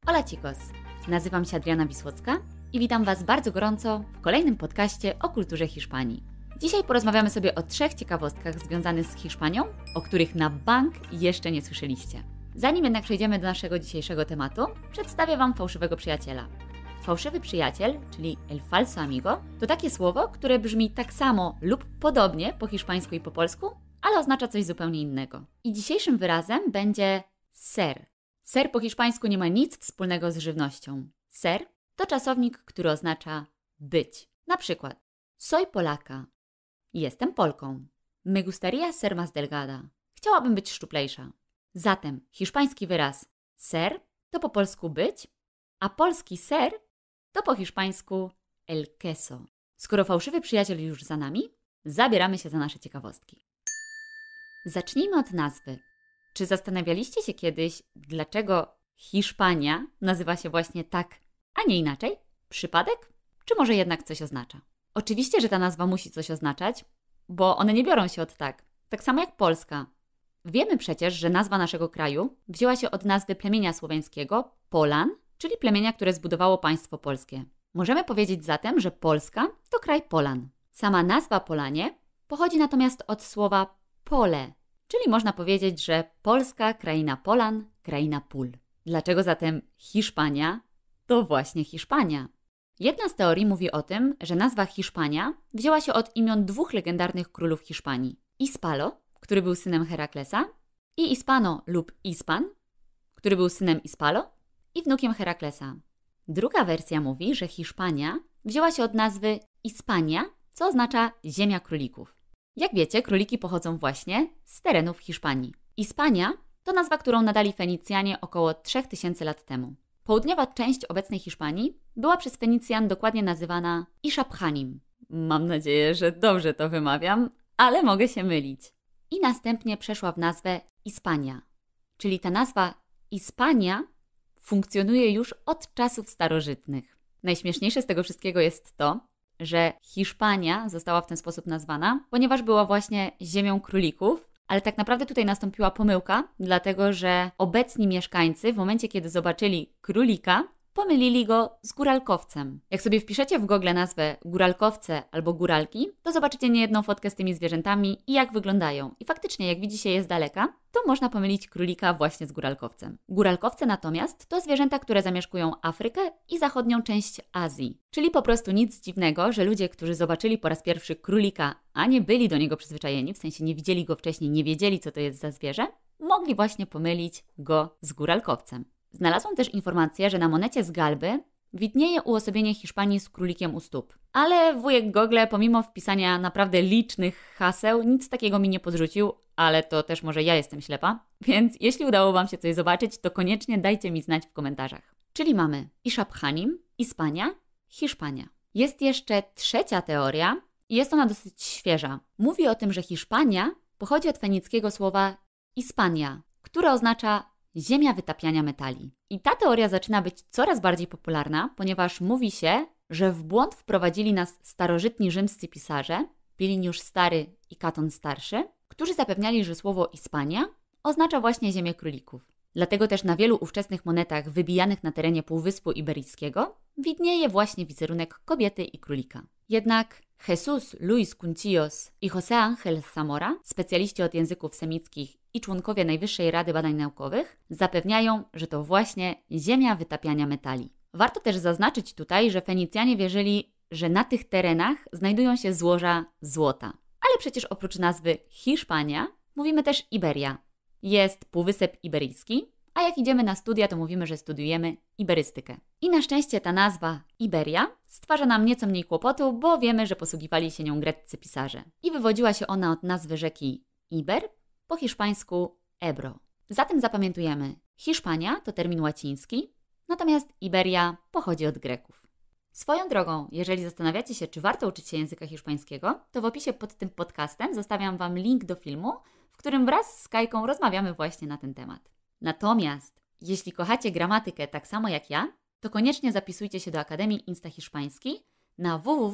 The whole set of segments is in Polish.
Hola chicos, nazywam się Adriana Wisłocka i witam Was bardzo gorąco w kolejnym podcaście o kulturze Hiszpanii. Dzisiaj porozmawiamy sobie o 3 ciekawostkach związanych z Hiszpanią, o których na bank jeszcze nie słyszeliście. Zanim jednak przejdziemy do naszego dzisiejszego tematu, przedstawię Wam fałszywego przyjaciela. Fałszywy przyjaciel, czyli el falso amigo, to takie słowo, które brzmi tak samo lub podobnie po hiszpańsku i po polsku, ale oznacza coś zupełnie innego. I dzisiejszym wyrazem będzie ser. Ser po hiszpańsku nie ma nic wspólnego z żywnością. Ser to czasownik, który oznacza być. Na przykład soy Polaka. Jestem Polką. Me gustaría ser más delgada. Chciałabym być szczuplejsza. Zatem hiszpański wyraz ser to po polsku być, a polski ser to po hiszpańsku el queso. Skoro fałszywy przyjaciel już za nami, zabieramy się za nasze ciekawostki. Zacznijmy od nazwy. Czy zastanawialiście się kiedyś, dlaczego Hiszpania nazywa się właśnie tak, a nie inaczej? Przypadek? Czy może jednak coś oznacza? Oczywiście, że ta nazwa musi coś oznaczać, bo one nie biorą się od tak. Tak samo jak Polska. Wiemy przecież, że nazwa naszego kraju wzięła się od nazwy plemienia słowiańskiego Polan, czyli plemienia, które zbudowało państwo polskie. Możemy powiedzieć zatem, że Polska to kraj Polan. Sama nazwa Polanie pochodzi natomiast od słowa pole, czyli można powiedzieć, że Polska, kraina Polan, kraina pól. Dlaczego zatem Hiszpania to właśnie Hiszpania? Jedna z teorii mówi o tym, że nazwa Hiszpania wzięła się od imion 2 legendarnych królów Hiszpanii. Hispalo, który był synem Heraklesa, i Hispano lub Hispan, który był synem Hispalo i wnukiem Heraklesa. Druga wersja mówi, że Hiszpania wzięła się od nazwy Hispania, co oznacza ziemia królików. Jak wiecie, króliki pochodzą właśnie z terenów Hiszpanii. Hiszpania to nazwa, którą nadali Fenicjanie około 3000 lat temu. Południowa część obecnej Hiszpanii była przez Fenicjan dokładnie nazywana Ishaphanim. Mam nadzieję, że dobrze to wymawiam, ale mogę się mylić. I następnie przeszła w nazwę Hispania. Czyli ta nazwa Hispania funkcjonuje już od czasów starożytnych. Najśmieszniejsze z tego wszystkiego jest to, że Hiszpania została w ten sposób nazwana, ponieważ była właśnie ziemią królików, ale tak naprawdę tutaj nastąpiła pomyłka, dlatego że obecni mieszkańcy w momencie, kiedy zobaczyli królika, pomylili go z góralkowcem. Jak sobie wpiszecie w Google nazwę góralkowce albo góralki, to zobaczycie niejedną fotkę z tymi zwierzętami i jak wyglądają. I faktycznie, jak widzi się je z daleka, to można pomylić królika właśnie z góralkowcem. Góralkowce natomiast to zwierzęta, które zamieszkują Afrykę i zachodnią część Azji. Czyli po prostu nic dziwnego, że ludzie, którzy zobaczyli po raz pierwszy królika, a nie byli do niego przyzwyczajeni, w sensie nie widzieli go wcześniej, nie wiedzieli, co to jest za zwierzę, mogli właśnie pomylić go z góralkowcem. Znalazłam też informację, że na monecie z Galby widnieje uosobienie Hiszpanii z królikiem u stóp. Ale wujek Google, pomimo wpisania naprawdę licznych haseł, nic takiego mi nie podrzucił, ale to też może ja jestem ślepa. Więc jeśli udało Wam się coś zobaczyć, to koniecznie dajcie mi znać w komentarzach. Czyli mamy Ishaphanim, Hispania, Hiszpania. Jest jeszcze trzecia teoria i jest ona dosyć świeża. Mówi o tym, że Hiszpania pochodzi od fenickiego słowa Hispania, które oznacza ziemia wytapiania metali. I ta teoria zaczyna być coraz bardziej popularna, ponieważ mówi się, że w błąd wprowadzili nas starożytni rzymscy pisarze, Pliniusz Stary i Katon Starszy, którzy zapewniali, że słowo Hiszpania oznacza właśnie ziemię królików. Dlatego też na wielu ówczesnych monetach wybijanych na terenie Półwyspu Iberyjskiego widnieje właśnie wizerunek kobiety i królika. Jednak Jesús Luis Cuncillos i José Ángel Zamora, specjaliści od języków semickich i członkowie Najwyższej Rady Badań Naukowych, zapewniają, że to właśnie ziemia wytapiania metali. Warto też zaznaczyć tutaj, że Fenicjanie wierzyli, że na tych terenach znajdują się złoża złota. Ale przecież oprócz nazwy Hiszpania mówimy też Iberia. Jest Półwysep Iberyjski, a jak idziemy na studia, to mówimy, że studiujemy iberystykę. I na szczęście ta nazwa Iberia stwarza nam nieco mniej kłopotu, bo wiemy, że posługiwali się nią greccy pisarze. I wywodziła się ona od nazwy rzeki Iber, po hiszpańsku Ebro. Zatem zapamiętujemy, Hiszpania to termin łaciński, natomiast Iberia pochodzi od Greków. Swoją drogą, jeżeli zastanawiacie się, czy warto uczyć się języka hiszpańskiego, to w opisie pod tym podcastem zostawiam Wam link do filmu, w którym wraz z Kajką rozmawiamy właśnie na ten temat. Natomiast, jeśli kochacie gramatykę tak samo jak ja, to koniecznie zapisujcie się do Akademii Insta Hiszpański na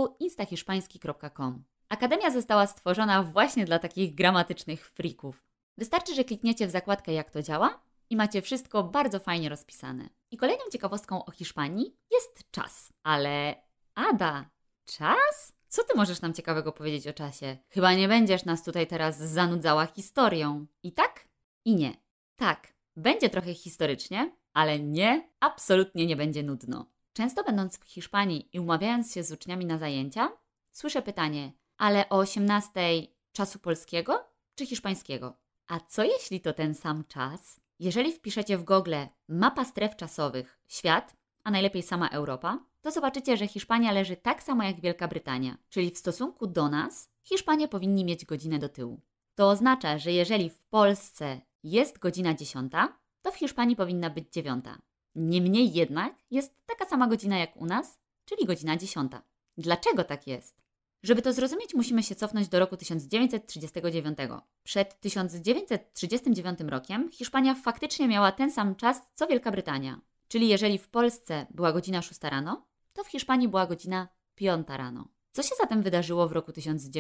www.instahiszpański.com. Akademia została stworzona właśnie dla takich gramatycznych frików. Wystarczy, że klikniecie w zakładkę jak to działa i macie wszystko bardzo fajnie rozpisane. I kolejną ciekawostką o Hiszpanii jest czas. Ale Ada, czas? Co ty możesz nam ciekawego powiedzieć o czasie? Chyba nie będziesz nas tutaj teraz zanudzała historią. I tak? I nie. Tak, będzie trochę historycznie, ale nie, absolutnie nie będzie nudno. Często będąc w Hiszpanii i umawiając się z uczniami na zajęcia, słyszę pytanie, ale o 18:00 czasu polskiego czy hiszpańskiego? A co jeśli to ten sam czas? Jeżeli wpiszecie w Google mapa stref czasowych świat, a najlepiej sama Europa, to zobaczycie, że Hiszpania leży tak samo jak Wielka Brytania, czyli w stosunku do nas Hiszpanie powinni mieć godzinę do tyłu. To oznacza, że jeżeli w Polsce jest godzina 10, to w Hiszpanii powinna być 9. Niemniej jednak jest taka sama godzina jak u nas, czyli godzina 10. Dlaczego tak jest? Żeby to zrozumieć, musimy się cofnąć do roku 1939. Przed 1939 rokiem Hiszpania faktycznie miała ten sam czas co Wielka Brytania. Czyli jeżeli w Polsce była godzina 6 rano, to w Hiszpanii była godzina 5 rano. Co się zatem wydarzyło w roku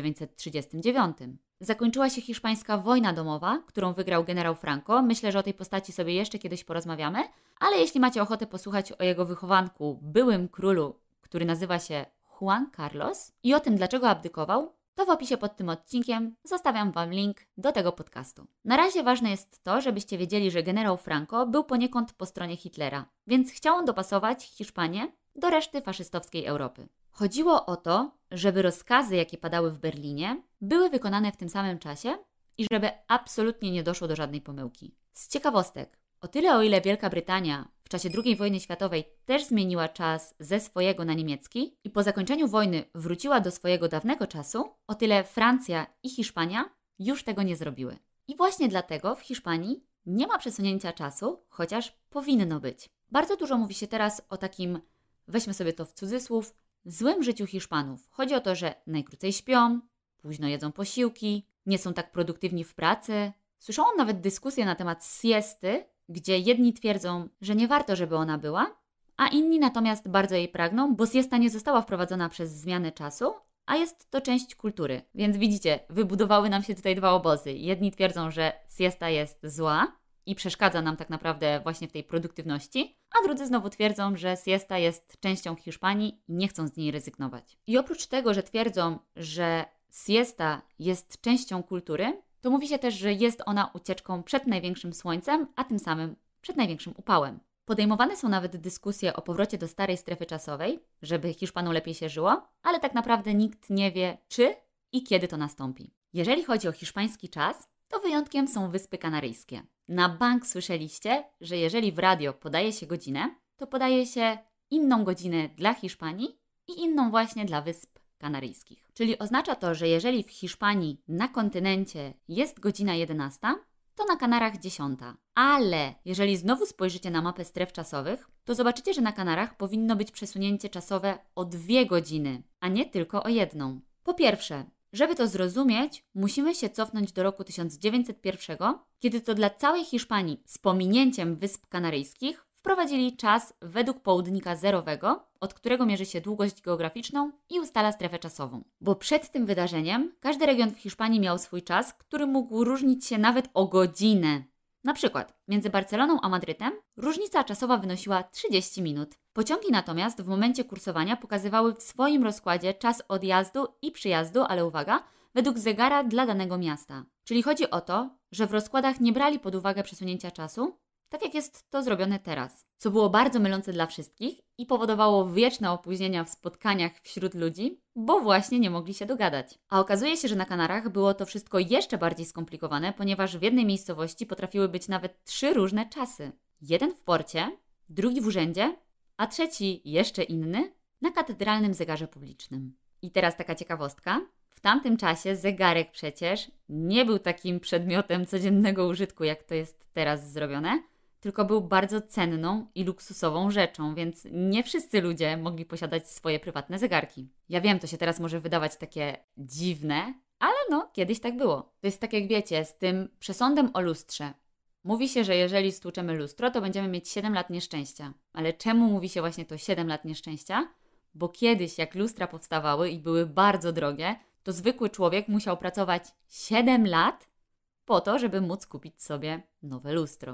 1939? Zakończyła się hiszpańska wojna domowa, którą wygrał generał Franco. Myślę, że o tej postaci sobie jeszcze kiedyś porozmawiamy, ale jeśli macie ochotę posłuchać o jego wychowanku, byłym królu, który nazywa się Juan Carlos i o tym, dlaczego abdykował, to w opisie pod tym odcinkiem zostawiam Wam link do tego podcastu. Na razie ważne jest to, żebyście wiedzieli, że generał Franco był poniekąd po stronie Hitlera, więc chciał on dopasować Hiszpanię do reszty faszystowskiej Europy. Chodziło o to, żeby rozkazy, jakie padały w Berlinie, były wykonane w tym samym czasie i żeby absolutnie nie doszło do żadnej pomyłki. Z ciekawostek, o tyle o ile Wielka Brytania w czasie II wojny światowej też zmieniła czas ze swojego na niemiecki i po zakończeniu wojny wróciła do swojego dawnego czasu, o tyle Francja i Hiszpania już tego nie zrobiły. I właśnie dlatego w Hiszpanii nie ma przesunięcia czasu, chociaż powinno być. Bardzo dużo mówi się teraz o takim, weźmy sobie to w cudzysłów, złym życiu Hiszpanów. Chodzi o to, że najkrócej śpią, późno jedzą posiłki, nie są tak produktywni w pracy. Słyszałam nawet dyskusję na temat siesty, gdzie jedni twierdzą, że nie warto, żeby ona była, a inni natomiast bardzo jej pragną, bo siesta nie została wprowadzona przez zmianę czasu, a jest to część kultury. Więc widzicie, wybudowały nam się tutaj dwa obozy. Jedni twierdzą, że siesta jest zła i przeszkadza nam tak naprawdę właśnie w tej produktywności, a drudzy znowu twierdzą, że siesta jest częścią Hiszpanii i nie chcą z niej rezygnować. I oprócz tego, że twierdzą, że siesta jest częścią kultury, to mówi się też, że jest ona ucieczką przed największym słońcem, a tym samym przed największym upałem. Podejmowane są nawet dyskusje o powrocie do starej strefy czasowej, żeby Hiszpanom lepiej się żyło, ale tak naprawdę nikt nie wie, czy i kiedy to nastąpi. Jeżeli chodzi o hiszpański czas, to wyjątkiem są Wyspy Kanaryjskie. Na bank słyszeliście, że jeżeli w radio podaje się godzinę, to podaje się inną godzinę dla Hiszpanii i inną właśnie dla Wysp Kanaryjskich. Czyli oznacza to, że jeżeli w Hiszpanii na kontynencie jest godzina 11, to na Kanarach 10. Ale jeżeli znowu spojrzycie na mapę stref czasowych, to zobaczycie, że na Kanarach powinno być przesunięcie czasowe o 2 godziny, a nie tylko o 1. Po pierwsze, żeby to zrozumieć, musimy się cofnąć do roku 1901, kiedy to dla całej Hiszpanii z pominięciem Wysp Kanaryjskich wprowadzili czas według południka zerowego, od którego mierzy się długość geograficzną i ustala strefę czasową. Bo przed tym wydarzeniem każdy region w Hiszpanii miał swój czas, który mógł różnić się nawet o godzinę. Na przykład między Barceloną a Madrytem różnica czasowa wynosiła 30 minut. Pociągi natomiast w momencie kursowania pokazywały w swoim rozkładzie czas odjazdu i przyjazdu, ale uwaga, według zegara dla danego miasta. Czyli chodzi o to, że w rozkładach nie brali pod uwagę przesunięcia czasu, tak jak jest to zrobione teraz, co było bardzo mylące dla wszystkich i powodowało wieczne opóźnienia w spotkaniach wśród ludzi, bo właśnie nie mogli się dogadać. A okazuje się, że na Kanarach było to wszystko jeszcze bardziej skomplikowane, ponieważ w jednej miejscowości potrafiły być nawet 3 różne czasy. Jeden w porcie, drugi w urzędzie, a trzeci, jeszcze inny, na katedralnym zegarze publicznym. I teraz taka ciekawostka. W tamtym czasie zegarek przecież nie był takim przedmiotem codziennego użytku, jak to jest teraz zrobione, tylko był bardzo cenną i luksusową rzeczą, więc nie wszyscy ludzie mogli posiadać swoje prywatne zegarki. Ja wiem, to się teraz może wydawać takie dziwne, ale no, kiedyś tak było. To jest tak jak wiecie, z tym przesądem o lustrze. Mówi się, że jeżeli stłuczemy lustro, to będziemy mieć 7 lat nieszczęścia. Ale czemu mówi się właśnie to 7 lat nieszczęścia? Bo kiedyś, jak lustra powstawały i były bardzo drogie, to zwykły człowiek musiał pracować 7 lat po to, żeby móc kupić sobie nowe lustro.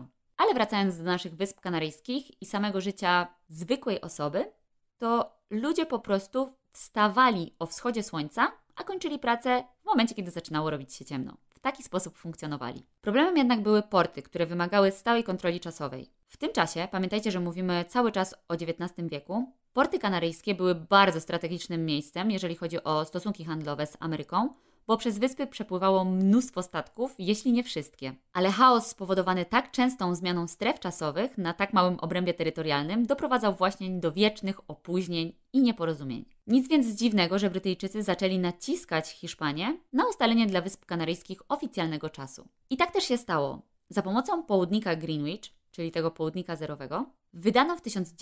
Ale wracając do naszych Wysp Kanaryjskich i samego życia zwykłej osoby, to ludzie po prostu wstawali o wschodzie słońca, a kończyli pracę w momencie, kiedy zaczynało robić się ciemno. W taki sposób funkcjonowali. Problemem jednak były porty, które wymagały stałej kontroli czasowej. W tym czasie, pamiętajcie, że mówimy cały czas o XIX wieku, porty kanaryjskie były bardzo strategicznym miejscem, jeżeli chodzi o stosunki handlowe z Ameryką, bo przez wyspy przepływało mnóstwo statków, jeśli nie wszystkie. Ale chaos spowodowany tak częstą zmianą stref czasowych na tak małym obrębie terytorialnym doprowadzał właśnie do wiecznych opóźnień i nieporozumień. Nic więc dziwnego, że Brytyjczycy zaczęli naciskać Hiszpanię na ustalenie dla Wysp Kanaryjskich oficjalnego czasu. I tak też się stało. Za pomocą południka Greenwich, czyli tego południka zerowego, wydano w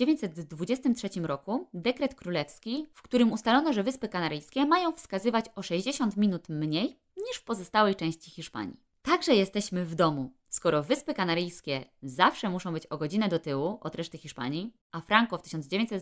1923 roku dekret królewski, w którym ustalono, że Wyspy Kanaryjskie mają wskazywać o 60 minut mniej niż w pozostałej części Hiszpanii. Także jesteśmy w domu. Skoro Wyspy Kanaryjskie zawsze muszą być o godzinę do tyłu od reszty Hiszpanii, a Franco w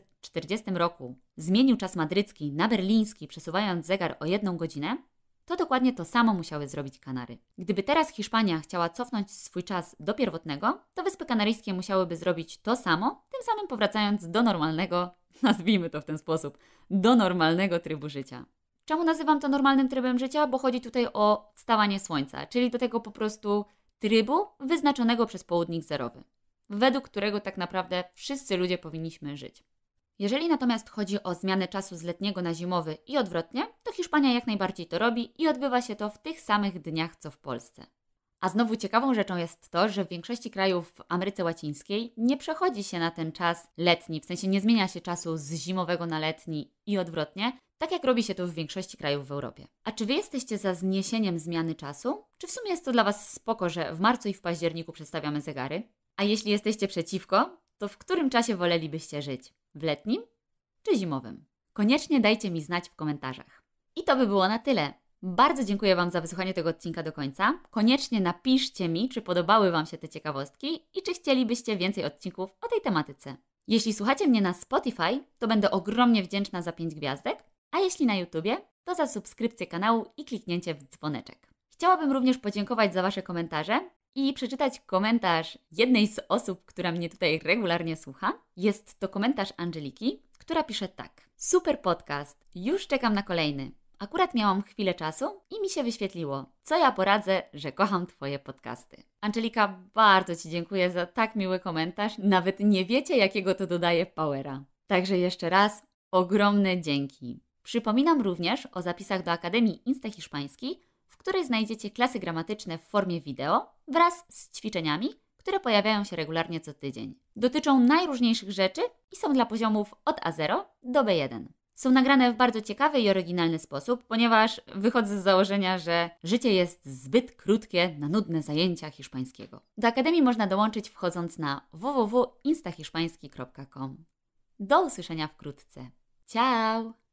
1940 roku zmienił czas madrycki na berliński, przesuwając zegar o 1 godzinę, to dokładnie to samo musiały zrobić Kanary. Gdyby teraz Hiszpania chciała cofnąć swój czas do pierwotnego, to Wyspy Kanaryjskie musiałyby zrobić to samo, tym samym powracając do normalnego, nazwijmy to w ten sposób, do normalnego trybu życia. Czemu nazywam to normalnym trybem życia? Bo chodzi tutaj o wstawanie słońca, czyli do tego po prostu trybu wyznaczonego przez południk zerowy, według którego tak naprawdę wszyscy ludzie powinniśmy żyć. Jeżeli natomiast chodzi o zmianę czasu z letniego na zimowy i odwrotnie, to Hiszpania jak najbardziej to robi i odbywa się to w tych samych dniach co w Polsce. A znowu ciekawą rzeczą jest to, że w większości krajów w Ameryce Łacińskiej nie przechodzi się na ten czas letni, w sensie nie zmienia się czasu z zimowego na letni i odwrotnie, tak jak robi się to w większości krajów w Europie. A czy Wy jesteście za zniesieniem zmiany czasu? Czy w sumie jest to dla Was spoko, że w marcu i w październiku przestawiamy zegary? A jeśli jesteście przeciwko, to w którym czasie wolelibyście żyć? W letnim czy zimowym? Koniecznie dajcie mi znać w komentarzach. I to by było na tyle. Bardzo dziękuję Wam za wysłuchanie tego odcinka do końca. Koniecznie napiszcie mi, czy podobały Wam się te ciekawostki i czy chcielibyście więcej odcinków o tej tematyce. Jeśli słuchacie mnie na Spotify, to będę ogromnie wdzięczna za 5 gwiazdek, a jeśli na YouTubie, to za subskrypcję kanału i kliknięcie w dzwoneczek. Chciałabym również podziękować za Wasze komentarze i przeczytać komentarz jednej z osób, która mnie tutaj regularnie słucha. Jest to komentarz Angeliki, która pisze tak. Super podcast, już czekam na kolejny. Akurat miałam chwilę czasu i mi się wyświetliło, co ja poradzę, że kocham Twoje podcasty. Angelika, bardzo Ci dziękuję za tak miły komentarz. Nawet nie wiecie, jakiego to dodaje powera. Także jeszcze raz ogromne dzięki. Przypominam również o zapisach do Akademii Insta Hiszpańskiej, w której znajdziecie klasy gramatyczne w formie wideo wraz z ćwiczeniami, które pojawiają się regularnie co tydzień. Dotyczą najróżniejszych rzeczy i są dla poziomów od A0 do B1. Są nagrane w bardzo ciekawy i oryginalny sposób, ponieważ wychodzę z założenia, że życie jest zbyt krótkie na nudne zajęcia hiszpańskiego. Do Akademii można dołączyć wchodząc na www.instahiszpański.com. Do usłyszenia wkrótce. Ciao!